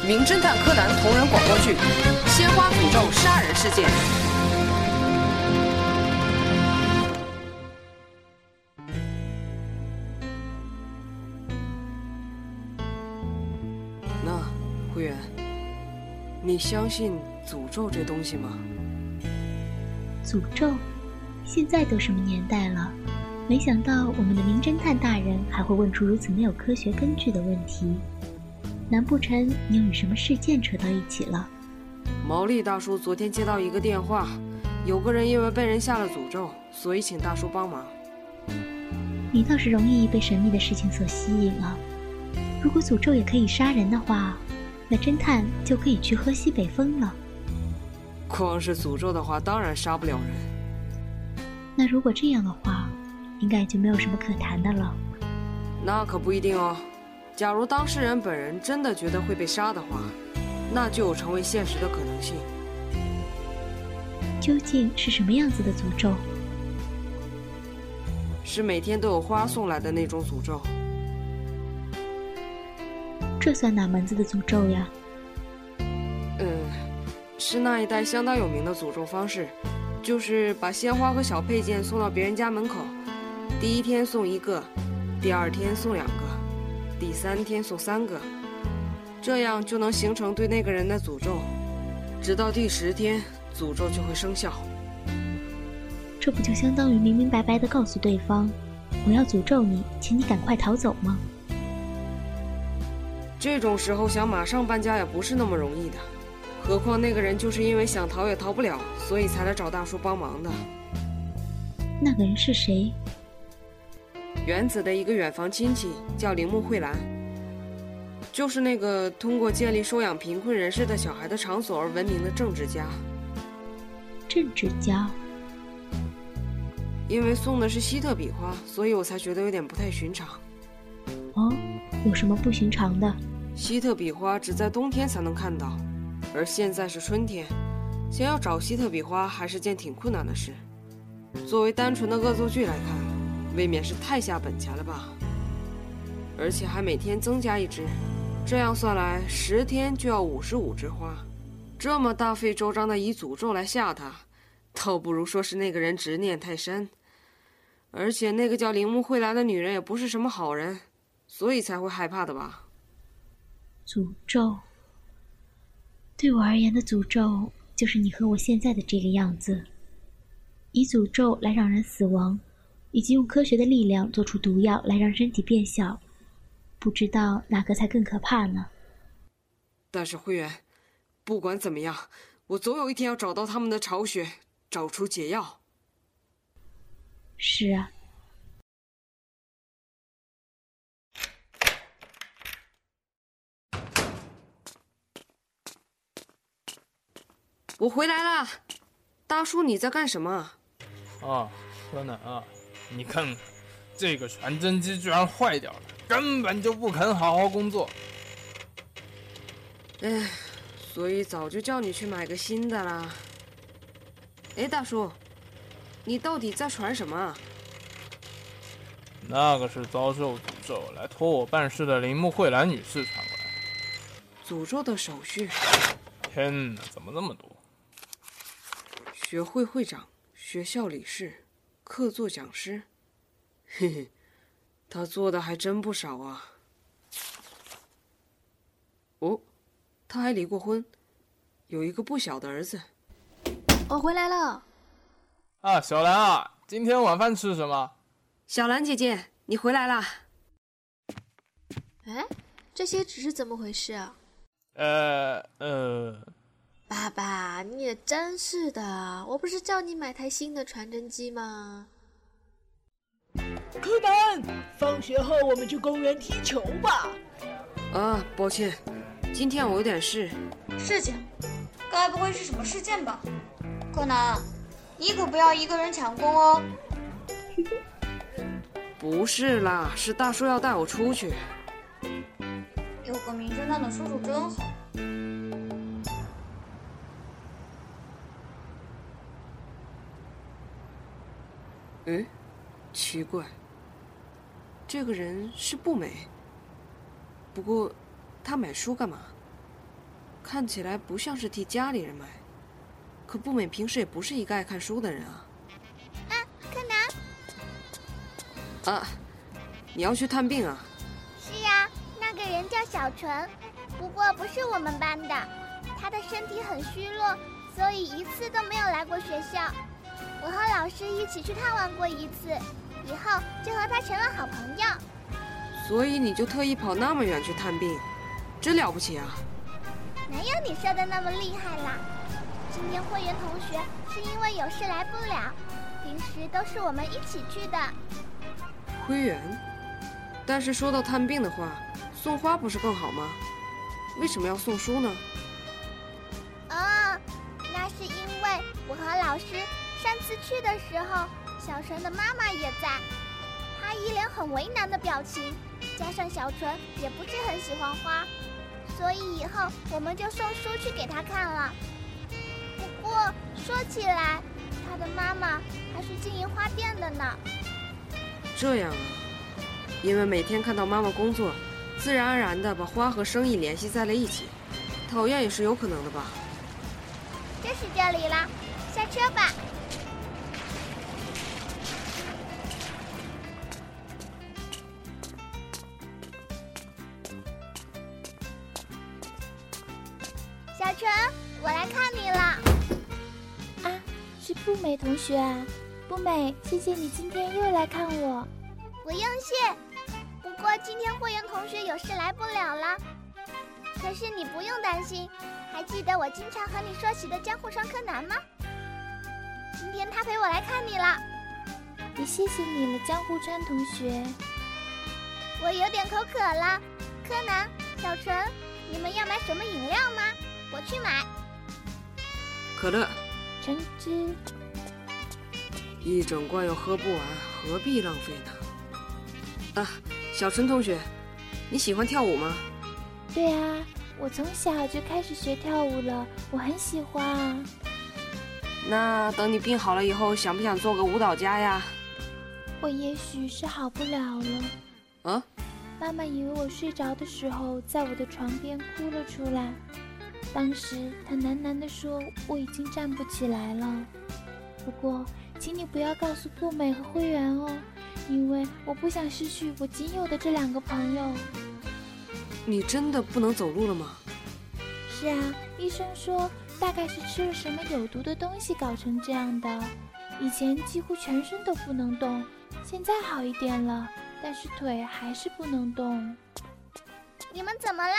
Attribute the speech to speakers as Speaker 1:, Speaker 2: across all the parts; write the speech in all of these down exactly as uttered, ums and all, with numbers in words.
Speaker 1: 名侦探柯南同人广播剧《鲜花诅咒杀人事件》。那会员，你相信诅咒这东西吗？
Speaker 2: 诅咒？现在都什么年代了，没想到我们的名侦探大人还会问出如此没有科学根据的问题。难不成你又与什么事件扯到一起了？
Speaker 1: 毛利大叔昨天接到一个电话，有个人因为被人下了诅咒，所以请大叔帮忙。
Speaker 2: 你倒是容易被神秘的事情所吸引啊！如果诅咒也可以杀人的话，那侦探就可以去喝西北风了。
Speaker 1: 光是诅咒的话，当然杀不了人。
Speaker 2: 那如果这样的话，应该就没有什么可谈的了。
Speaker 1: 那可不一定哦。假如当事人本人真的觉得会被杀的话，那就有成为现实的可能性。
Speaker 2: 究竟是什么样子的诅咒？
Speaker 1: 是每天都有花送来的那种诅咒。
Speaker 2: 这算哪门子的诅咒呀？
Speaker 1: 嗯，是那一带相当有名的诅咒方式，就是把鲜花和小配件送到别人家门口，第一天送一个，第二天送两个，第三天送三个，这样就能形成对那个人的诅咒，直到第十天，诅咒就会生效。
Speaker 2: 这不就相当于明明白白地告诉对方，我要诅咒你，请你赶快逃走吗？
Speaker 1: 这种时候想马上搬家也不是那么容易的，何况那个人就是因为想逃也逃不了，所以才来找大叔帮忙的。
Speaker 2: 那个人是谁？
Speaker 1: 原子的一个远房亲戚，叫铃木惠兰，就是那个通过建立收养贫困人士的小孩的场所而闻名的政治家。
Speaker 2: 政治家？
Speaker 1: 因为送的是希特比花，所以我才觉得有点不太寻常。
Speaker 2: 哦，有什么不寻常的？
Speaker 1: 希特比花只在冬天才能看到，而现在是春天，想要找希特比花还是件挺困难的事。作为单纯的恶作剧来看，未免是太下本钱了吧？而且还每天增加一只，这样算来十天就要五十五枝花，这么大费周章的以诅咒来吓他，倒不如说是那个人执念太深。而且那个叫铃木惠兰的女人也不是什么好人，所以才会害怕的吧？
Speaker 2: 诅咒，对我而言的诅咒就是你和我现在的这个样子，以诅咒来让人死亡，以及用科学的力量做出毒药来让身体变小，不知道哪个才更可怕呢？
Speaker 1: 但是会员，不管怎么样，我总有一天要找到他们的巢穴，找出解药。
Speaker 2: 是啊。
Speaker 1: 我回来了，大叔，你在干什么？
Speaker 3: 啊，柯南啊，你看，这个传真机居然坏掉了，根本就不肯好好工作。
Speaker 1: 哎，所以早就叫你去买个新的啦。哎，大叔，你到底在传什么啊？
Speaker 3: 那个是遭受诅咒来托我办事的铃木惠兰女士传过来。
Speaker 1: 诅咒的手续？
Speaker 3: 天哪，怎么那么多？
Speaker 1: 学会会长，学校理事，客座讲师，嘿嘿，他做的还真不少啊。哦，他还离过婚，有一个不小的儿子。
Speaker 4: 我回来了。
Speaker 3: 啊，小兰啊，今天晚饭吃什么？
Speaker 1: 小兰姐姐，你回来啦。
Speaker 4: 哎，这些纸是怎么回事啊？
Speaker 3: 呃呃，
Speaker 4: 爸爸，你也真是的，我不是叫你买台新的传真机吗？
Speaker 5: 柯南，放学后我们去公园踢球吧。
Speaker 1: 啊，抱歉，今天我有点事。
Speaker 6: 事情？该不会是什么事件吧？柯南，你可不要一个人抢功哦。
Speaker 1: 不是啦，是大叔要带我出去。
Speaker 6: 有个名侦探的叔叔真好。
Speaker 1: 嗯，奇怪，这个人是步美，不过他买书干嘛？ 看起来不像是替家里人买。可步美平时也不是一个爱看书的人啊。
Speaker 7: 啊，柯
Speaker 1: 南。啊，你要去探病啊？
Speaker 7: 是呀，那个人叫小纯，不过不是我们班的。他的身体很虚弱，所以一次都没有来过学校。我和老师一起去探望过一次，以后就和他成了好朋友。
Speaker 1: 所以你就特意跑那么远去探病，真了不起啊！
Speaker 7: 没有你说的那么厉害啦。今天慧媛同学是因为有事来不了，平时都是我们一起去的。
Speaker 1: 慧媛？但是说到探病的话，送花不是更好吗？为什么要送书呢？
Speaker 7: 哦，那是因为我和老师上次去的时候，小纯的妈妈也在，她一脸很为难的表情，加上小纯也不是很喜欢花，所以以后我们就送书去给她看了。不过说起来，她的妈妈还是经营花店的呢。
Speaker 1: 这样啊，因为每天看到妈妈工作，自然而然地把花和生意联系在了一起，讨厌也是有可能的吧。
Speaker 7: 就是这里了，下车吧。小纯，我来看你了。
Speaker 8: 啊，是步美同学啊。步美，谢谢你今天又来看我。
Speaker 7: 不用谢，不过今天慧媛同学有事来不了了。可是你不用担心，还记得我经常和你说起的江户川柯南吗？今天他陪我来看你了。
Speaker 8: 也谢谢你了，江户川同学。
Speaker 7: 我有点口渴了，柯南、小纯，你们要买什么饮料吗？我去买。
Speaker 1: 可乐。
Speaker 8: 橙汁。
Speaker 1: 一整罐又喝不完，何必浪费呢？啊，小纯同学，你喜欢跳舞吗？
Speaker 8: 对啊，我从小就开始学跳舞了，我很喜欢啊。
Speaker 1: 那等你病好了以后，想不想做个舞蹈家呀？
Speaker 8: 我也许是好不了了。
Speaker 1: 啊？
Speaker 8: 妈妈以为我睡着的时候，在我的床边哭了出来。当时她喃喃地说我已经站不起来了。不过，请你不要告诉步美和慧媛哦，因为我不想失去我仅有的这两个朋友。
Speaker 1: 你真的不能走路了吗？
Speaker 8: 是啊，医生说大概是吃了什么有毒的东西搞成这样的。以前几乎全身都不能动，现在好一点了，但是腿还是不能动。
Speaker 7: 你们怎么了？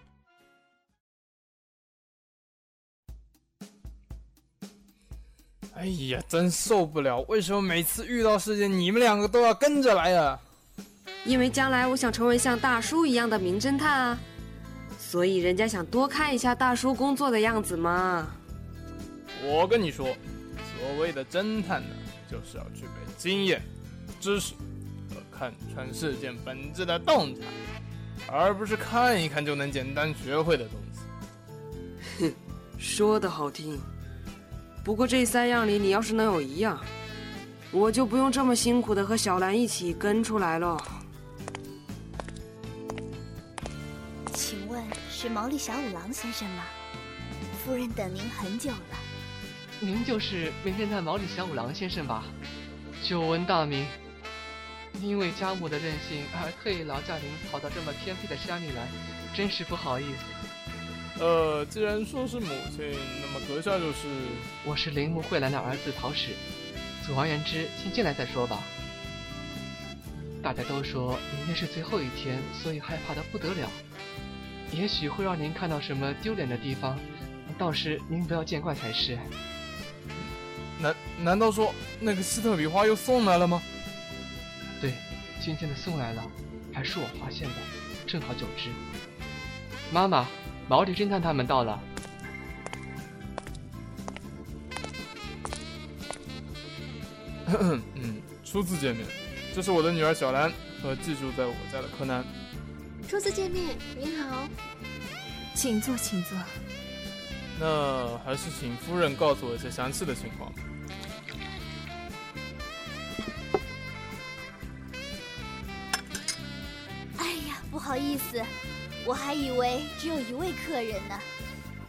Speaker 3: 哎呀，真受不了！为什么每次遇到事情，你们两个都要跟着来啊？
Speaker 1: 因为将来我想成为像大叔一样的名侦探啊，所以人家想多看一下大叔工作的样子嘛。
Speaker 3: 我跟你说，所谓的侦探呢，就是要具备经验、知识和看穿事件本质的洞察，而不是看一看就能简单学会的东西。
Speaker 1: 哼，说得好听。不过这三样里，你要是能有一样，我就不用这么辛苦的和小兰一起跟出来了。
Speaker 9: 请问是毛利小五郎先生吗？夫人等您很久了。
Speaker 10: 您就是名侦探毛利小五郎先生吧？久闻大名。因为家母的任性而特意劳驾您跑到这么偏僻的山里来，真是不好意思。
Speaker 3: 呃，既然说是母亲，那么阁下就是……
Speaker 10: 我是铃木惠兰的儿子桃矢。总而言之，先进来再说吧。大家都说明天是最后一天，所以害怕得不得了。也许会让您看到什么丢脸的地方，到时您不要见怪才是。
Speaker 3: 难难道说那个希特比花又送来了吗？
Speaker 10: 对，今天的送来了，还是我发现的，正好九只。妈妈，毛利侦探他们到了。
Speaker 3: 嗯，初次见面，这是我的女儿小兰和寄住在我家的柯南。
Speaker 4: 初次见面，您好。
Speaker 9: 请坐，请坐。
Speaker 3: 那还是请夫人告诉我一些详细的情况。
Speaker 9: 哎呀，不好意思，我还以为只有一位客人呢。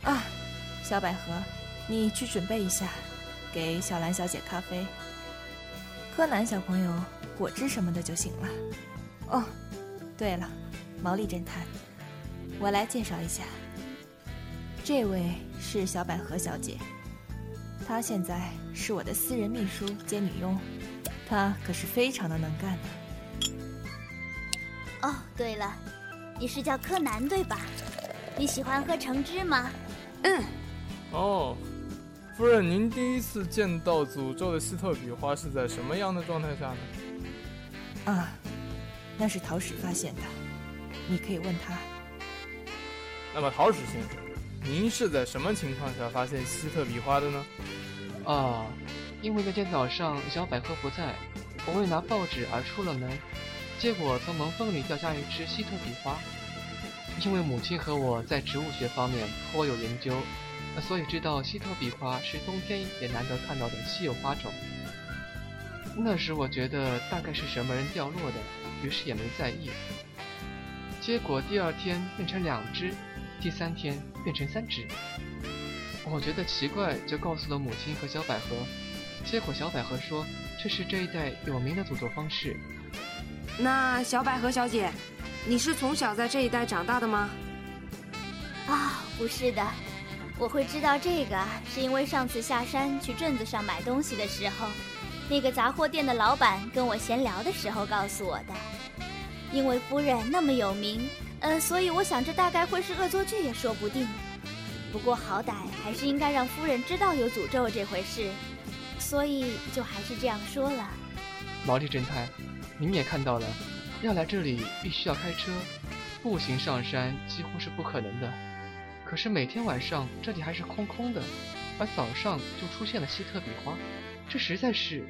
Speaker 11: 啊，小百合，你去准备一下，给小兰小姐咖啡。柯南小朋友，果汁什么的就行了。哦，对了，毛利侦探，我来介绍一下，这位是小百合小姐，她现在是我的私人秘书兼女佣，她可是非常的能干的。
Speaker 9: 哦，对了，你是叫柯南对吧？你喜欢喝橙汁吗？
Speaker 11: 嗯。
Speaker 3: 哦，夫人，您第一次见到诅咒的希特比花是在什么样的状态下呢？
Speaker 11: 啊，那是桃矢发现的，你可以问他。
Speaker 3: 那么桃矢先生，您是在什么情况下发现希特比花的呢？
Speaker 10: 啊，因为那天早上小百合不在，我为拿报纸而出了门，结果从门缝里掉下一只希特比花。因为母亲和我在植物学方面颇有研究，所以知道希特比花是冬天也难得看到的稀有花种。那时我觉得大概是什么人掉落的，于是也没在意。结果第二天变成两只，第三天变成三只。我觉得奇怪，就告诉了母亲和小百合。结果小百合说这是这一带有名的诅咒方式。
Speaker 1: 那小百合小姐，你是从小在这一带长大的吗？
Speaker 6: 啊，不是的，我会知道这个是因为上次下山去镇子上买东西的时候，那个杂货店的老板跟我闲聊的时候告诉我的。因为夫人那么有名，呃，所以我想这大概会是恶作剧也说不定。不过好歹还是应该让夫人知道有诅咒这回事，所以就还是这样说了。
Speaker 10: 毛利侦探，您也看到了，要来这里必须要开车，步行上山几乎是不可能的。可是每天晚上这里还是空空的，而早上就出现了希特比花，这实在是……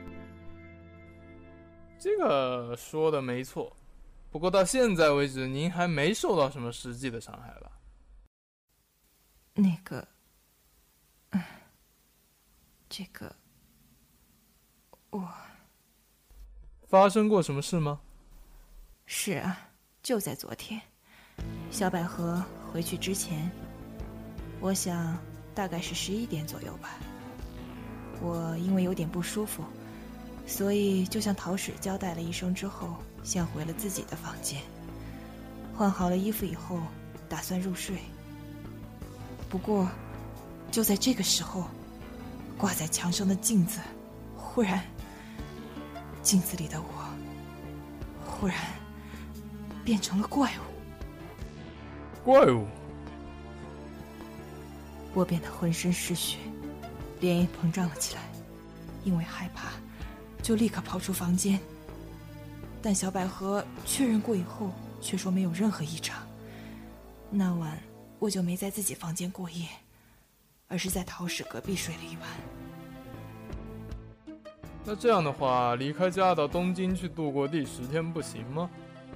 Speaker 3: 这个说的没错，不过到现在为止，您还没受到什么实际的伤害吧？
Speaker 11: 那个，嗯，这个，我
Speaker 3: 发生过什么事吗？
Speaker 11: 是啊，就在昨天，小百合回去之前，我想大概是十一点左右吧。我因为有点不舒服，所以就向桃矢交代了一声之后，先回了自己的房间，换好了衣服以后，打算入睡。不过，就在这个时候，挂在墙上的镜子，忽然，镜子里的我，忽然变成了怪物。
Speaker 3: 怪物？
Speaker 11: 我变得浑身是血，脸也膨胀了起来，因为害怕，就立刻跑出房间。但小百合确认过以后，却说没有任何异常。那晚我就没在自己房间过夜，而是在桃矢隔壁睡了一晚。
Speaker 3: 那这样的话，离开家到东京去度过第十天不行吗？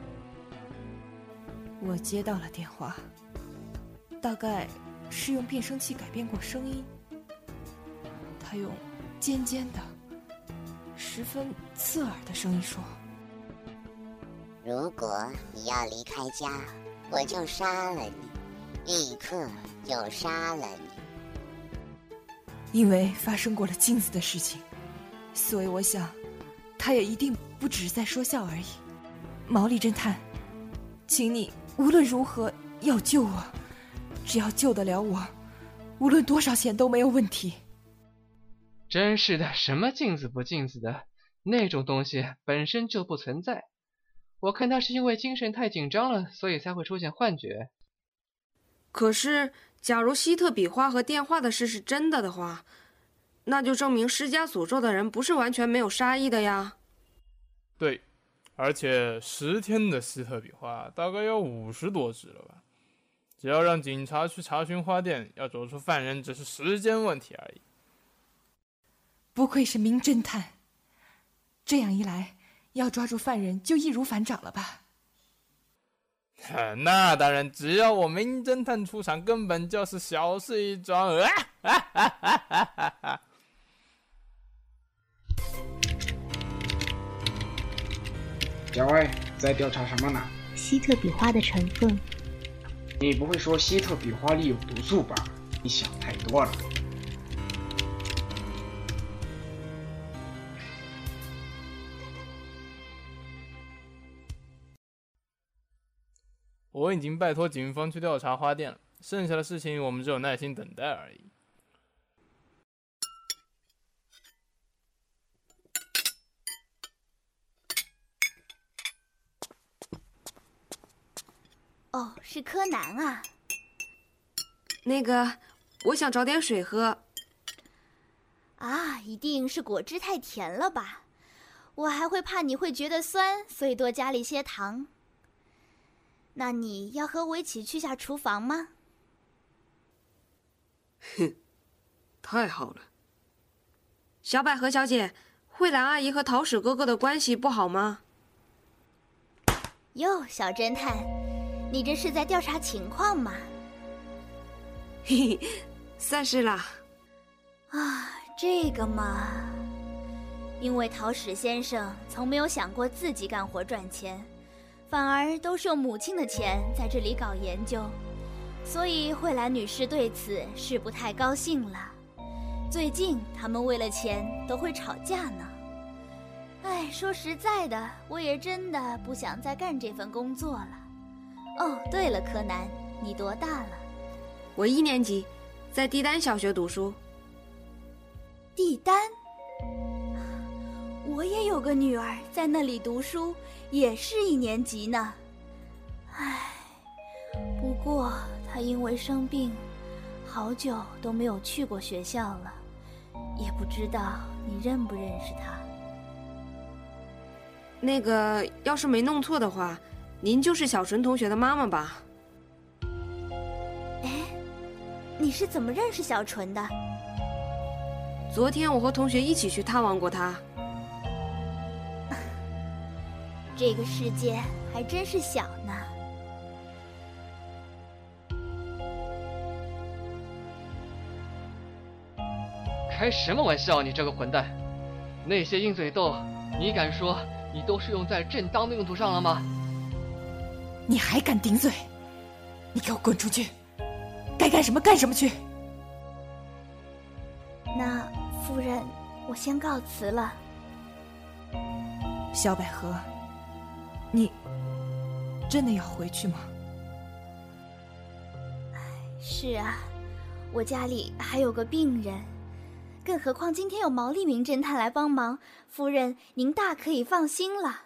Speaker 11: 我接到了电话，大概是用变声器改变过声音。他用尖尖的、十分刺耳的声音说：“
Speaker 12: 如果你要离开家，我就杀了你。”立刻就杀了你。
Speaker 11: 因为发生过了镜子的事情，所以我想，他也一定不只是在说笑而已。毛利侦探，请你无论如何要救我，只要救得了我，无论多少钱都没有问题。
Speaker 10: 真是的，什么镜子不镜子的，那种东西本身就不存在。我看他是因为精神太紧张了，所以才会出现幻觉。
Speaker 1: 可是，假如希特比花和电话的事是真的的话，那就证明施加诅咒的人不是完全没有杀意的呀。
Speaker 3: 对，而且十天的希特比花大概要五十多只了吧？只要让警察去查询花店，要找出犯人只是时间问题而已。
Speaker 11: 不愧是名侦探，这样一来，要抓住犯人就易如反掌了吧？
Speaker 3: 那当然，只要我名侦探出场，根本就是小事一桩。啊啊啊啊啊啊！
Speaker 13: 小薇，在调查什么呢？
Speaker 2: 希特比花的成分。
Speaker 13: 你不会说希特比花里有毒素吧？ 你想太多了。
Speaker 3: 我已经拜托警方去调查花店了，剩下的事情我们只有耐心等待而已。
Speaker 6: 哦，是柯南啊。
Speaker 1: 那个，我想找点水喝。
Speaker 6: 啊，一定是果汁太甜了吧？我还会怕你会觉得酸，所以多加了一些糖。那你要和我一起去下厨房吗？
Speaker 1: 哼，太好了。小百合小姐，慧兰阿姨和桃矢哥哥的关系不好吗？
Speaker 6: 哟，小侦探，你这是在调查情况吗？
Speaker 1: 嘿嘿，算是啦。
Speaker 6: 啊，这个嘛，因为桃矢先生从没有想过自己干活赚钱，反而都是用母亲的钱在这里搞研究，所以慧兰女士对此是不太高兴了。最近他们为了钱都会吵架呢。哎，说实在的，我也真的不想再干这份工作了。哦，对了，柯南，你多大了？
Speaker 1: 我一年级，在帝丹小学读书。
Speaker 6: 帝丹？我也有个女儿在那里读书，也是一年级呢。唉，不过她因为生病，好久都没有去过学校了，也不知道你认不认识她。
Speaker 1: 那个，要是没弄错的话，您就是小纯同学的妈妈吧？
Speaker 6: 哎，你是怎么认识小纯的？
Speaker 1: 昨天我和同学一起去探望过她。
Speaker 6: 这个世界还真是小呢。
Speaker 10: 开什么玩笑，你这个混蛋！那些鹰嘴豆，你敢说你都是用在正当的用途上了吗？
Speaker 11: 你还敢顶嘴？你给我滚出去！该干什么干什么去！
Speaker 6: 那夫人，我先告辞了。
Speaker 11: 小百合，你真的要回去吗？
Speaker 6: 是啊，我家里还有个病人，更何况今天有毛利名侦探来帮忙，夫人您大可以放心了。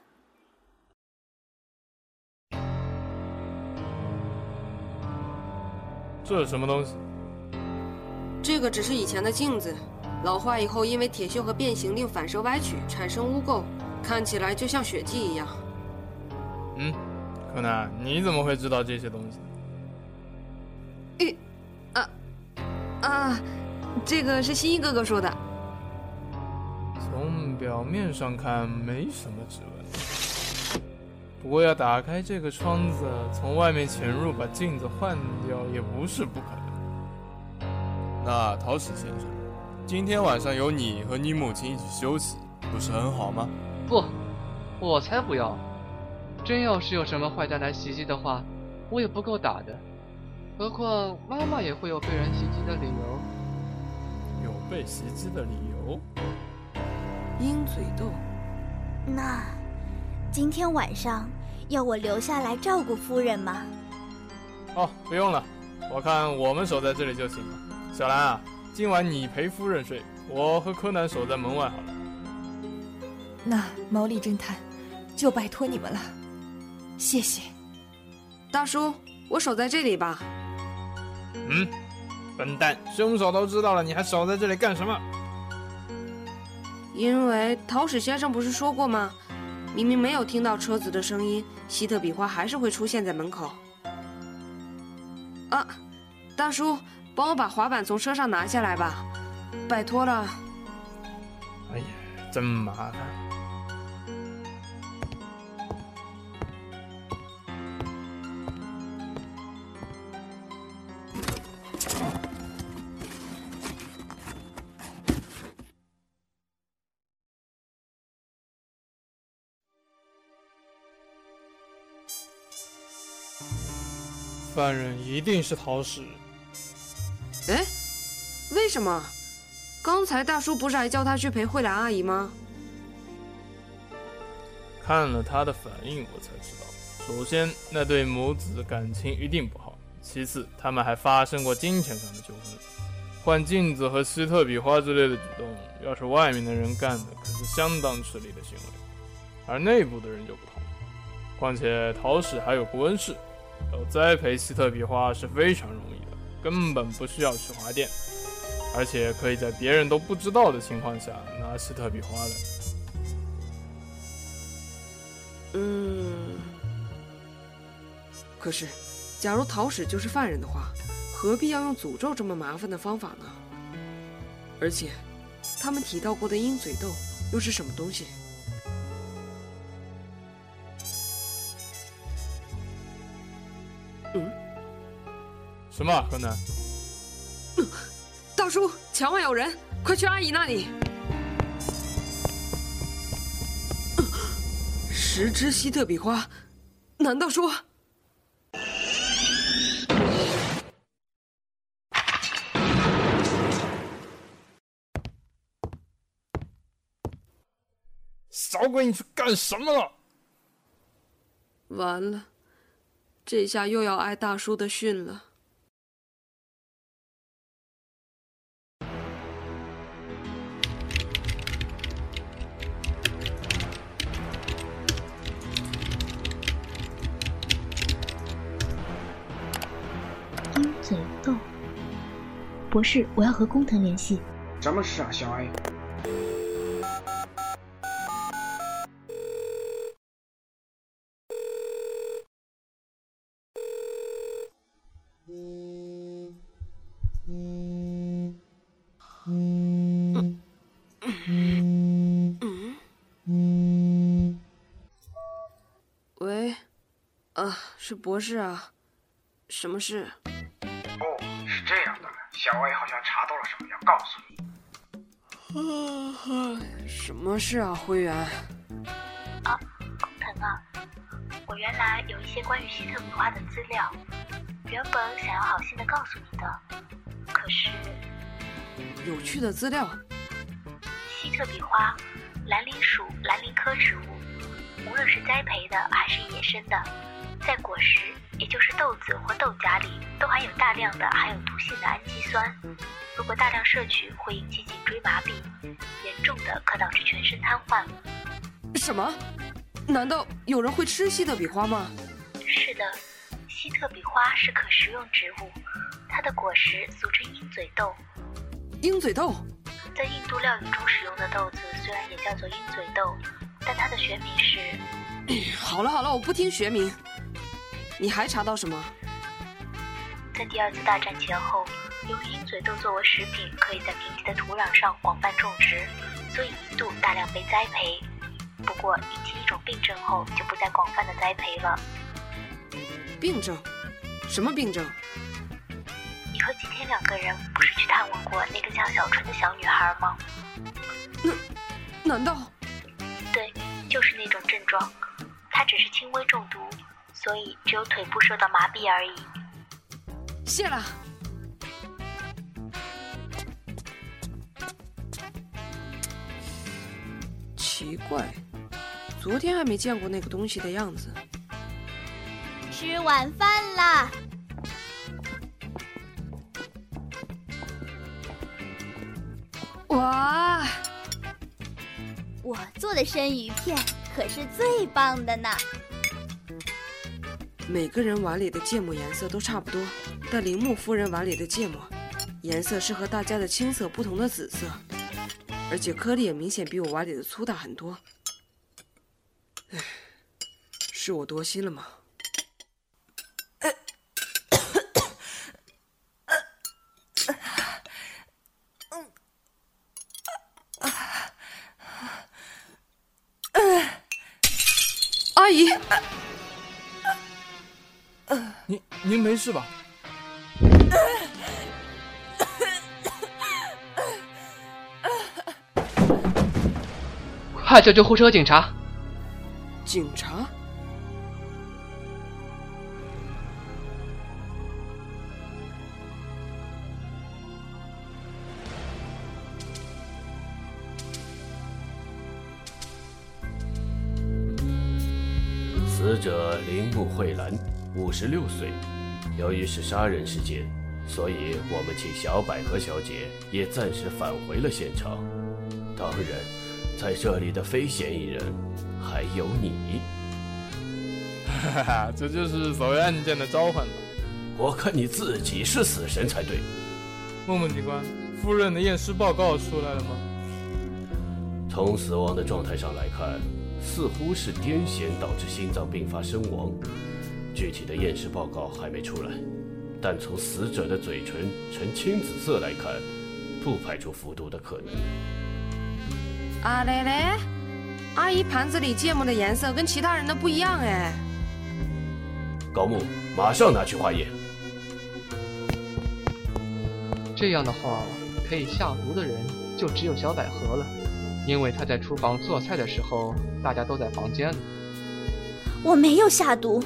Speaker 3: 这是什么东西？
Speaker 1: 这个只是以前的镜子，老化以后因为铁锈和变形令反射歪曲，产生污垢，看起来就像血迹一样。
Speaker 3: 嗯，柯南，你怎么会知道这些东西？
Speaker 1: 诶，啊啊，这个是新一哥哥说的。
Speaker 3: 从表面上看没什么指纹，不过要打开这个窗子，从外面潜入把镜子换掉也不是不可能。那桃矢先生，今天晚上有你和你母亲一起休息，不是很好吗？
Speaker 10: 不，我才不要！真要是有什么坏蛋来袭击的话，我也不够打的。何况妈妈也会有被人袭击的理由。
Speaker 3: 有被袭击的理由？
Speaker 1: 鹰嘴豆。
Speaker 6: 那今天晚上要我留下来照顾夫人吗？
Speaker 3: 哦，不用了，我看我们守在这里就行了。小兰啊，今晚你陪夫人睡，我和柯南守在门外好了。
Speaker 11: 那毛利侦探，就拜托你们了，谢谢。
Speaker 1: 大叔，我守在这里吧。
Speaker 3: 嗯，笨蛋，凶手都知道了，你还守在这里干什么？
Speaker 1: 因为桃矢先生不是说过吗？明明没有听到车子的声音，希特比花还是会出现在门口。啊，大叔，帮我把滑板从车上拿下来吧，拜托了。
Speaker 3: 哎呀，真麻烦。犯人一定是桃矢。
Speaker 1: 哎，为什么？刚才大叔不是还叫他去陪慧兰阿姨吗？
Speaker 3: 看了他的反应，我才知道，首先那对母子感情一定不好，其次他们还发生过金钱上的纠纷。换镜子和希特比花之类的举动，要是外面的人干的，可是相当吃力的行为，而内部的人就不同。况且陶氏还有顾恩氏，要栽培希特比花是非常容易的，根本不需要去花店，而且可以在别人都不知道的情况下拿希特比花来。
Speaker 1: 嗯，可是，假如陶氏就是犯人的话，何必要用诅咒这么麻烦的方法呢？而且，他们提到过的鹰嘴豆又是什么东西？嗯，
Speaker 3: 什么？河南？
Speaker 1: 嗯，大叔，墙外有人，快去阿姨那里！嗯，十只希特比花，难道说？
Speaker 3: 小鬼，你去干什么了？
Speaker 1: 完了，这下又要挨大叔的训了。
Speaker 2: 鹰嘴豆，博士，我要和工藤联系。
Speaker 13: 什么事啊，小艾？
Speaker 1: 喂，啊，是博士啊，什么事？
Speaker 13: 哦，是这样的，小艾好像查到了什么，要告诉
Speaker 1: 你。什么事啊，灰原？
Speaker 2: 啊，工藤啊，我原来有一些关于希特比花的资料，原本想要好心的告诉你的，可是……
Speaker 1: 有趣的资料。
Speaker 2: 希特比花，兰陵属兰陵科植物，无论是栽培的还是野生的，在果实，也就是豆子或豆荚里，都含有大量的含有毒性的氨基酸。如果大量摄取，会引起颈椎麻痹，严重的可导致全身瘫痪。
Speaker 1: 什么？难道有人会吃希特比花吗？
Speaker 2: 是的，希特比花是可食用植物，它的果实俗称鹰嘴豆。
Speaker 1: 鹰嘴豆？
Speaker 2: 在印度料理中使用的豆子虽然也叫做鹰嘴豆，但它的学名是……
Speaker 1: 好了好了，我不听学名。你还查到什么？
Speaker 2: 在第二次大战前后，由于鹰嘴豆作为食品可以在贫瘠的土壤上广泛种植，所以一度大量被栽培。不过引起一种病症后，就不再广泛的栽培了。
Speaker 1: 病症？什么病症？
Speaker 2: 你和吉田两个人不是去探望过那个叫小纯的小女孩吗？
Speaker 1: 那难道？
Speaker 2: 对，就是那种症状。她只是轻微中毒，所以只有腿部受到麻痹而已。
Speaker 1: 谢了。奇怪，昨天还没见过那个东西的样子。
Speaker 6: 吃晚饭啦！
Speaker 1: 哇！
Speaker 6: 我做的生鱼片可是最棒的呢。
Speaker 1: 每个人碗里的芥末颜色都差不多，但铃木夫人碗里的芥末颜色是和大家的青色不同的紫色，而且颗粒也明显比我碗里的粗大很多。唉，是我多心了吗？阿姨，
Speaker 3: 您您没事吧？
Speaker 10: 快叫救护车！警察！
Speaker 1: 警察？
Speaker 14: 死者铃木惠兰，五十六岁。由于是杀人事件，所以我们请小百合小姐也暂时返回了现场。当然，在这里的非嫌疑人还有你。
Speaker 3: 哈哈，这就是所谓案件的召唤吧？
Speaker 14: 我看你自己是死神才对。
Speaker 3: 木木警官，夫人的验尸报告出来了吗？
Speaker 14: 从死亡的状态上来看，似乎是癫痫导致心脏病发身亡。具体的验尸报告还没出来，但从死者的嘴唇呈青紫色来看，不排除服毒的可能。
Speaker 1: 啊嘞嘞，阿姨盘子里芥末的颜色跟其他人的不一样哎。
Speaker 14: 高木，马上拿去化验。
Speaker 10: 这样的话，可以下毒的人就只有小百合了，因为她在厨房做菜的时候，大家都在房间里。
Speaker 6: 我没有下毒。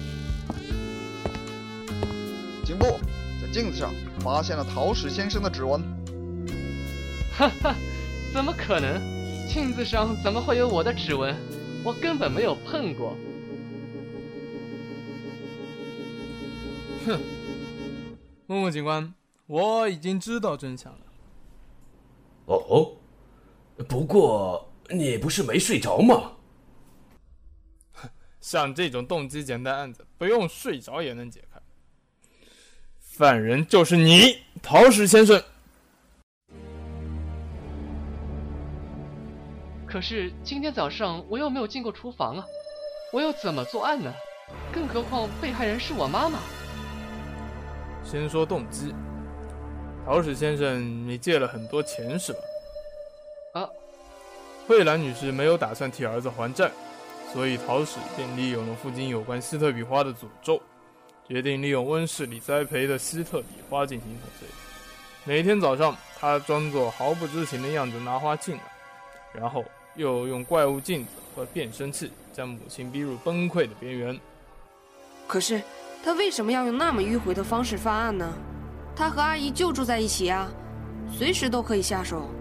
Speaker 15: 警部，在镜子上发现了桃矢先生的指纹。
Speaker 10: 哈哈，怎么可能？镜子上怎么会有我的指纹？我根本没有碰过。
Speaker 3: 哼，木木警官，我已经知道真相了。
Speaker 14: 哦，不过你不是没睡着吗？
Speaker 3: 像这种动机简单案子，不用睡着也能解开。犯人就是你，桃矢先生。
Speaker 10: 可是今天早上我又没有进过厨房啊，我又怎么作案呢？更何况被害人是我妈妈。
Speaker 3: 先说动机，桃矢先生，你借了很多钱是吧？
Speaker 10: 啊，
Speaker 3: 惠兰女士没有打算替儿子还债，所以桃矢便利用了附近有关希特比花的诅咒，决定利用温室里栽培的希特比花进行统治。每天早上，他装作毫不知情的样子拿花进来，然后又用怪物镜子和变声器将母亲逼入崩溃的边缘。
Speaker 1: 可是他为什么要用那么迂回的方式犯案呢？他和阿姨就住在一起啊，随时都可以下手。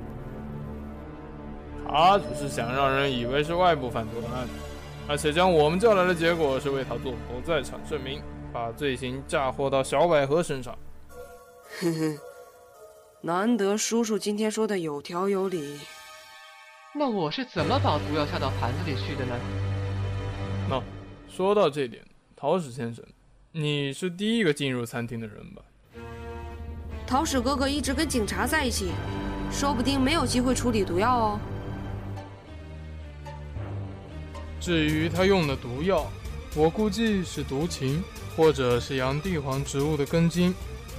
Speaker 3: 他只是想让人以为是外部犯罪的案子，而且将我们叫来的结果是为他做不在场证明，把罪行嫁祸到小百合身上。
Speaker 1: 哼哼，难得叔叔今天说的有条有理。
Speaker 10: 那我是怎么把毒药下到盘子里去的呢？
Speaker 3: 那说到这点，桃矢先生，你是第一个进入餐厅的人吧？
Speaker 1: 桃矢哥哥一直跟警察在一起，说不定没有机会处理毒药哦。
Speaker 3: 至于他用的毒药，我估计是毒芹，或者是洋地黄植物的根茎。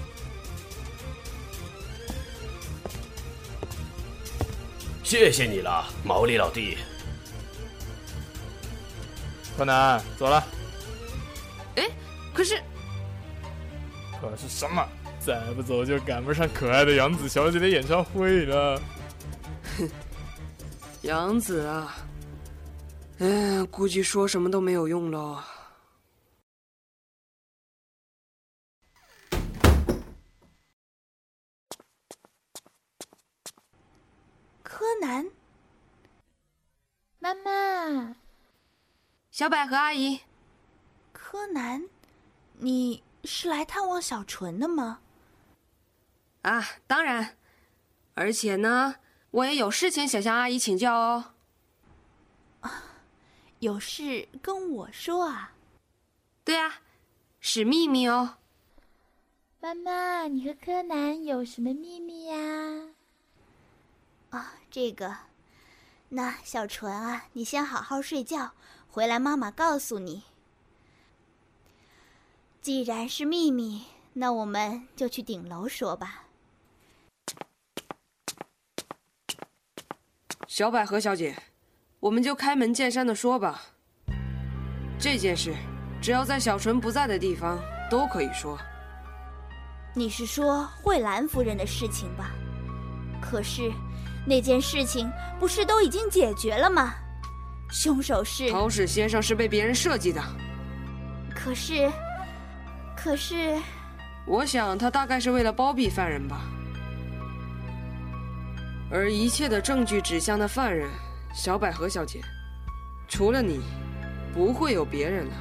Speaker 14: 谢谢你了，毛利老弟。
Speaker 3: 柯南，走了。
Speaker 1: 哎，可是……
Speaker 3: 可是什么？再不走就赶不上可爱的杨子小姐的演唱会了。
Speaker 1: 哼，杨子啊，嗯，估计说什么都没有用了。
Speaker 9: 柯南，
Speaker 8: 妈妈，
Speaker 1: 小百合阿姨，
Speaker 9: 柯南，你是来探望小纯的吗？
Speaker 1: 啊，当然，而且呢，我也有事情想向阿姨请教哦。
Speaker 9: 啊，有事跟我说啊？
Speaker 1: 对啊，是秘密哦。
Speaker 8: 妈妈，你和柯南有什么秘密呀？
Speaker 9: 啊，这个，那小纯啊，你先好好睡觉，回来妈妈告诉你。既然是秘密，那我们就去顶楼说吧。
Speaker 1: 小百合小姐，我们就开门见山的说吧。这件事，只要在小纯不在的地方都可以说。
Speaker 9: 你是说惠兰夫人的事情吧？可是那件事情不是都已经解决了吗？凶手是
Speaker 1: 桃矢先生，是被别人设计的。
Speaker 9: 可是，可是，
Speaker 1: 我想他大概是为了包庇犯人吧。而一切的证据指向的犯人，小百合小姐，除了你， 不会有别人的。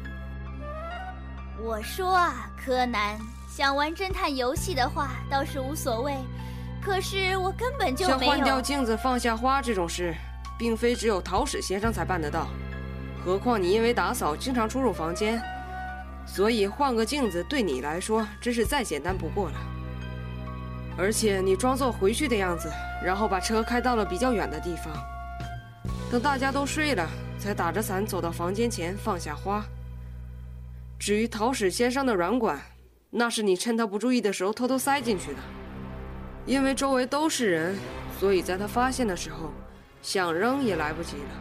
Speaker 6: 我说啊，柯南，想玩侦探游戏的话倒是无所谓，可是我根本就没有。
Speaker 1: 像换掉镜子、放下花这种事，并非只有桃矢先生才办得到。何况你因为打扫经常出入房间，所以换个镜子对你来说真是再简单不过了。而且你装作回去的样子，然后把车开到了比较远的地方，等大家都睡了，才打着伞走到房间前放下花。至于桃矢先生的软管，那是你趁他不注意的时候偷偷塞进去的。因为周围都是人，所以在他发现的时候，想扔也来不及了。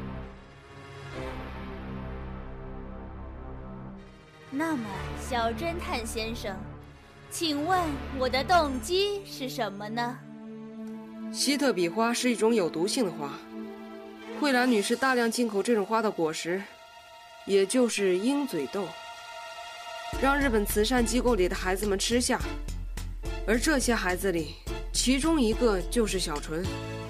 Speaker 6: 那么，小侦探先生，请问我的动机是什么呢？
Speaker 1: 希特比花是一种有毒性的花，惠兰女士大量进口这种花的果实，也就是鹰嘴豆，让日本慈善机构里的孩子们吃下，而这些孩子里，其中一个就是小纯。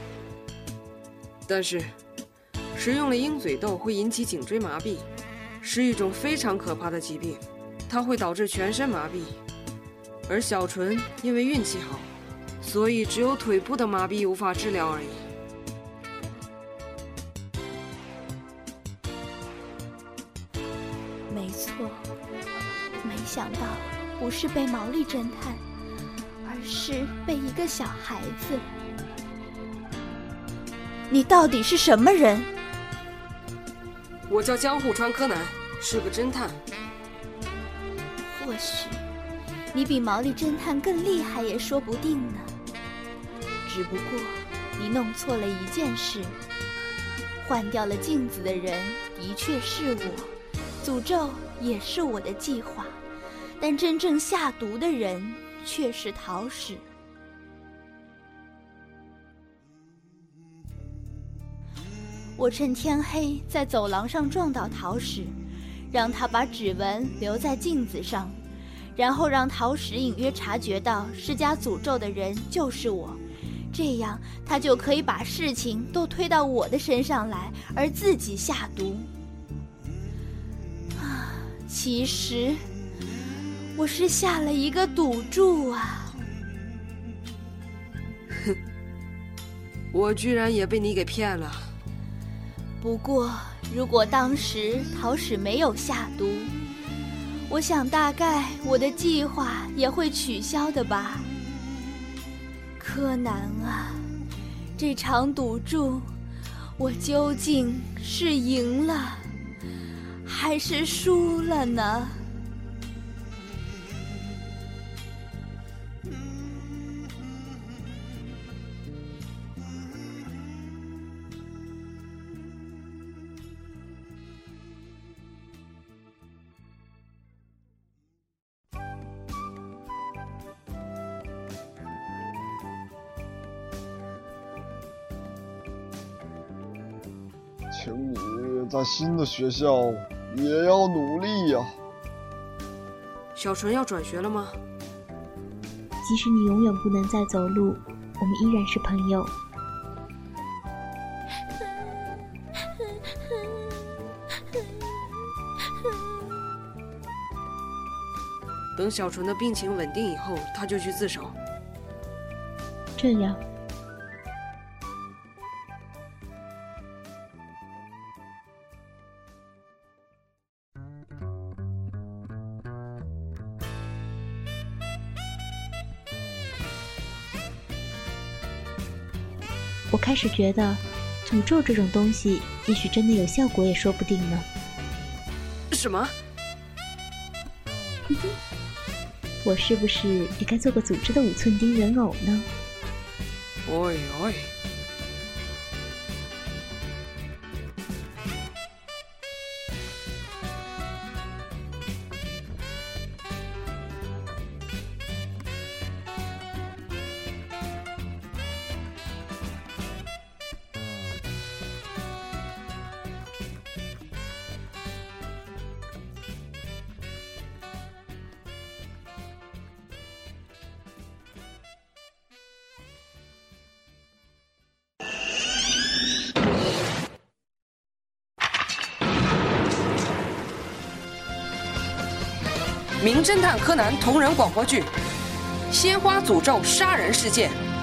Speaker 1: 但是，食用了鹰嘴豆会引起颈椎麻痹，是一种非常可怕的疾病，它会导致全身麻痹。而小纯因为运气好，所以只有腿部的麻痹无法治疗而已。
Speaker 8: 没错，没想到不是被毛利侦探，而是被一个小孩子。
Speaker 9: 你到底是什么人？
Speaker 1: 我叫江户川柯南，是个侦探。
Speaker 8: 或许你比毛利侦探更厉害也说不定呢。只不过你弄错了一件事，换掉了镜子的人的确是我，诅咒也是我的计划，但真正下毒的人却是桃矢。我趁天黑在走廊上撞到桃矢，让他把指纹留在镜子上，然后让桃矢隐约察觉到施加诅咒的人就是我，这样他就可以把事情都推到我的身上来，而自己下毒。啊，其实我是下了一个赌注啊！
Speaker 1: 哼，我居然也被你给骗了。
Speaker 8: 不过，如果当时桃矢没有下毒，我想大概我的计划也会取消的吧。柯南啊，这场赌注，我究竟是赢了，还是输了呢？
Speaker 15: 请你在新的学校也要努力呀。
Speaker 1: 小纯要转学了吗？
Speaker 2: 即使你永远不能再走路，我们依然是朋友。
Speaker 1: 等小纯的病情稳定以后，他就去自首。
Speaker 2: 这样。我开始觉得，诅咒这种东西，也许真的有效果，也说不定呢。
Speaker 1: 什么？
Speaker 2: 我是不是也该做个组织的五寸钉人偶呢？
Speaker 1: 哎哎。 名侦探柯南同人广播剧《鲜花诅咒杀人事件》